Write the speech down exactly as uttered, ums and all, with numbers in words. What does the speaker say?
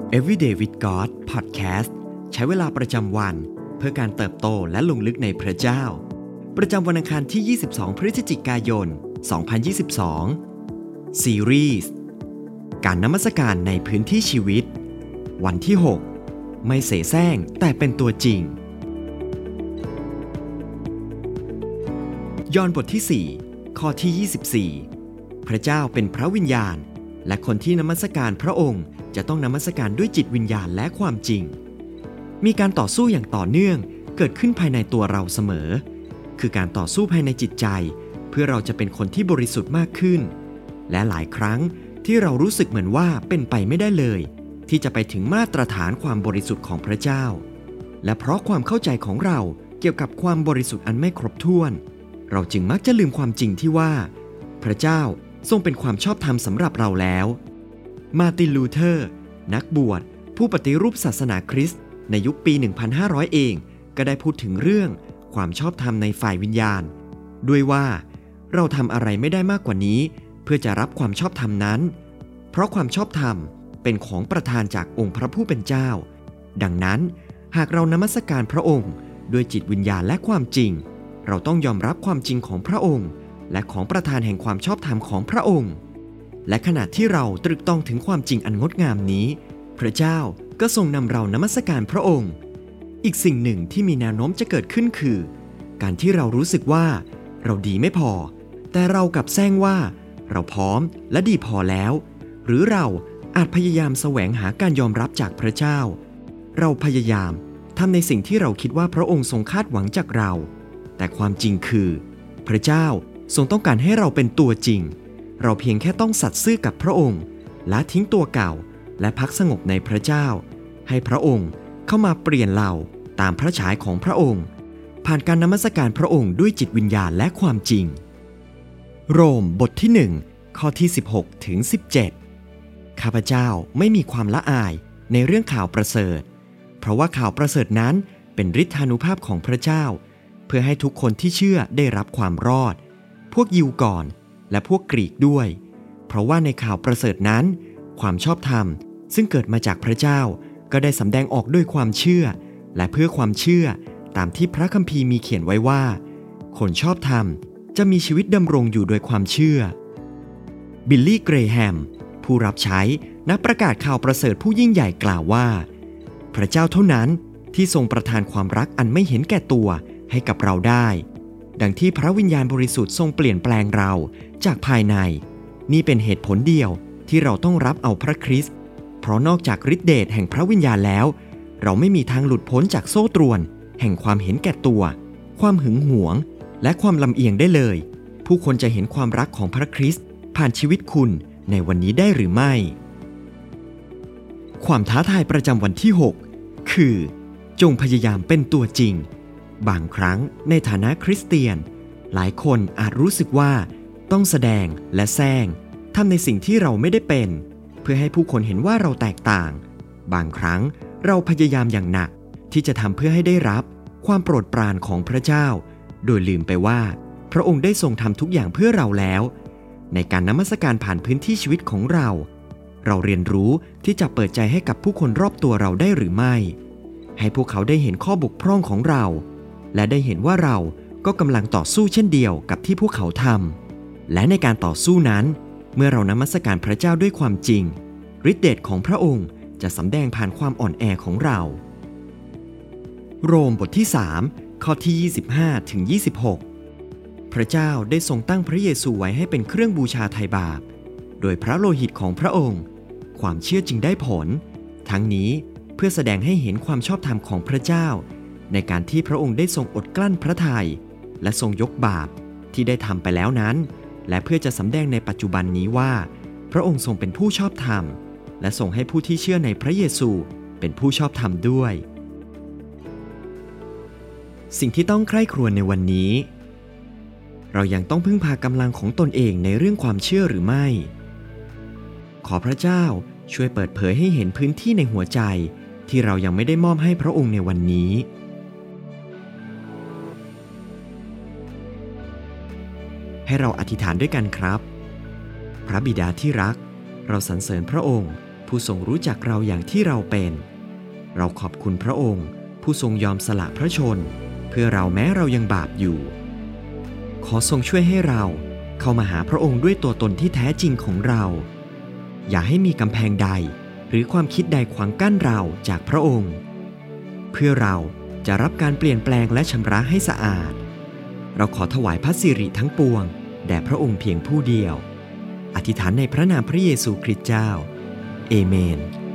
Everyday with God Podcast ใช้เวลาประจำวันเพื่อการเติบโตและลงลึกในพระเจ้าประจำวันอังคารที่ยี่สิบสองพฤศจิกายนสองพันยี่สิบสองซีรีส์การนมัสการในพื้นที่ชีวิตวันที่หกไม่เสแสร้งแต่เป็นตัวจริงยอห์นบทที่สี่ข้อที่ยี่สิบสี่พระเจ้าเป็นพระวิญญาณและคนที่นมัสการพระองค์จะต้องนมัสการด้วยจิตวิญญาณและความจริงมีการต่อสู้อย่างต่อเนื่องเกิดขึ้นภายในตัวเราเสมอคือการต่อสู้ภายในจิตใจเพื่อเราจะเป็นคนที่บริสุทธิ์มากขึ้นและหลายครั้งที่เรารู้สึกเหมือนว่าเป็นไปไม่ได้เลยที่จะไปถึงมาตรฐานความบริสุทธิ์ของพระเจ้าและเพราะความเข้าใจของเราเกี่ยวกับความบริสุทธิ์อันไม่ครบถ้วนเราจึงมักจะลืมความจริงที่ว่าพระเจ้าทรงเป็นความชอบธรรมสำหรับเราแล้วมาร์ติน ลูเทอร์นักบวชผู้ปฏิรูปศาสนาคริสต์ในยุคปี หนึ่งพันห้าร้อย เองก็ได้พูดถึงเรื่องความชอบธรรมในฝ่ายวิญญาณด้วยว่าเราทำอะไรไม่ได้มากกว่านี้เพื่อจะรับความชอบธรรมนั้นเพราะความชอบธรรมเป็นของประทานจากองค์พระผู้เป็นเจ้าดังนั้นหากเรานมัสการพระองค์ด้วยจิตวิญญาณและความจริงเราต้องยอมรับความจริงของพระองค์และของประทานแห่งความชอบธรรมของพระองค์และขณะที่เราตรึกตรองถึงความจริงอันงดงามนี้พระเจ้าก็ทรงนำเรานมัสการพระองค์อีกสิ่งหนึ่งที่มีแนวโน้มจะเกิดขึ้นคือการที่เรารู้สึกว่าเราดีไม่พอแต่เรากลับแซงว่าเราพร้อมและดีพอแล้วหรือเราอาจพยายามแสวงหาการยอมรับจากพระเจ้าเราพยายามทำในสิ่งที่เราคิดว่าพระองค์ทรงคาดหวังจากเราแต่ความจริงคือพระเจ้าทรงต้องการให้เราเป็นตัวจริงเราเพียงแค่ต้องสัตย์ซื่อกับพระองค์ละทิ้งตัวเก่าและพักสงบในพระเจ้าให้พระองค์เข้ามาเปลี่ยนเราตามพระฉายของพระองค์ผ่านการนมัสการพระองค์ด้วยจิตวิญญาณและความจริงโรมบทที่หนึ่งข้อที่สิบหกถึงสิบเจ็ดข้าพเจ้าไม่มีความละอายในเรื่องข่าวประเสริฐเพราะว่าข่าวประเสริฐนั้นเป็นฤทธานุภาพของพระเจ้าเพื่อให้ทุกคนที่เชื่อได้รับความรอดพวกยิวก่อนและพวกกรีกด้วยเพราะว่าในข่าวประเสริฐนั้นความชอบธรรมซึ่งเกิดมาจากพระเจ้าก็ได้สำแดงออกด้วยความเชื่อและเพื่อความเชื่อตามที่พระคัมภีร์มีเขียนไว้ว่าคนชอบธรรมจะมีชีวิตดำรงอยู่โดยความเชื่อบิลลี่ เกรแฮมผู้รับใช้นักประกาศข่าวประเสริฐผู้ยิ่งใหญ่กล่าวว่าพระเจ้าเท่านั้นที่ทรงประทานความรักอันไม่เห็นแก่ตัวให้กับเราได้ดังที่พระวิญญาณบริสุทธิ์ทรงเปลี่ยนแปลงเราจากภายในนี่เป็นเหตุผลเดียวที่เราต้องรับเอาพระคริสต์เพราะนอกจากฤทธิเดชแห่งพระวิญญาณแล้วเราไม่มีทางหลุดพ้นจากโซ่ตรวนแห่งความเห็นแก่ตัวความหึงหวงและความลำเอียงได้เลยผู้คนจะเห็นความรักของพระคริสต์ผ่านชีวิตคุณในวันนี้ได้หรือไม่ความท้าทายประจำวันที่หกคือจงพยายามเป็นตัวจริงบางครั้งในฐานะคริสเตียนหลายคนอาจรู้สึกว่าต้องแสดงและแซงทำในสิ่งที่เราไม่ได้เป็นเพื่อให้ผู้คนเห็นว่าเราแตกต่างบางครั้งเราพยายามอย่างหนักที่จะทำเพื่อให้ได้รับความโปรดปรานของพระเจ้าโดยลืมไปว่าพระองค์ได้ทรงทำทุกอย่างเพื่อเราแล้วในการนมัสการผ่านพื้นที่ชีวิตของเราเราเรียนรู้ที่จะเปิดใจให้กับผู้คนรอบตัวเราได้หรือไม่ให้พวกเขาได้เห็นข้อบกพร่องของเราและได้เห็นว่าเราก็กำลังต่อสู้เช่นเดียวกับที่พวกเขาทำและในการต่อสู้นั้นเมื่อเรานมัสการพระเจ้าด้วยความจริงฤทธิเดชของพระองค์จะสำแดงผ่านความอ่อนแอของเราโรมบทที่สามข้อที่ยี่สิบห้าถึงยี่สิบหกพระเจ้าได้ทรงตั้งพระเยซูไว้ให้เป็นเครื่องบูชาไถ่บาปโดยพระโลหิตของพระองค์ความเชื่อจึงได้ผลทั้งนี้เพื่อแสดงให้เห็นความชอบธรรมของพระเจ้าในการที่พระองค์ได้ทรงอดกลั้นพระทัยและทรงยกบาปที่ได้ทำไปแล้วนั้นและเพื่อจะสำแดงในปัจจุบันนี้ว่าพระองค์ทรงเป็นผู้ชอบธรรมและทรงให้ผู้ที่เชื่อในพระเยซูเป็นผู้ชอบธรรมด้วยสิ่งที่ต้องใคร่ครวญในวันนี้เรายังต้องพึ่งพากำลังของตนเองในเรื่องความเชื่อหรือไม่ขอพระเจ้าช่วยเปิดเผยให้เห็นพื้นที่ในหัวใจที่เรายังไม่ได้มอบให้พระองค์ในวันนี้ให้เราอธิษฐานด้วยกันครับพระบิดาที่รักเราสรรเสริญพระองค์ผู้ทรงรู้จักเราอย่างที่เราเป็นเราขอบคุณพระองค์ผู้ทรงยอมสละพระชนเพื่อเราแม้เรายังบาปอยู่ขอทรงช่วยให้เราเข้ามาหาพระองค์ด้วยตัวตนที่แท้จริงของเราอย่าให้มีกำแพงใดหรือความคิดใดขวางกั้นเราจากพระองค์เพื่อเราจะรับการเปลี่ยนแปลงและชำระให้สะอาดเราขอถวายพระสิริทั้งปวงแด่พระองค์เพียงผู้เดียวอธิษฐานในพระนามพระเยซูคริสต์เจ้าเอเมน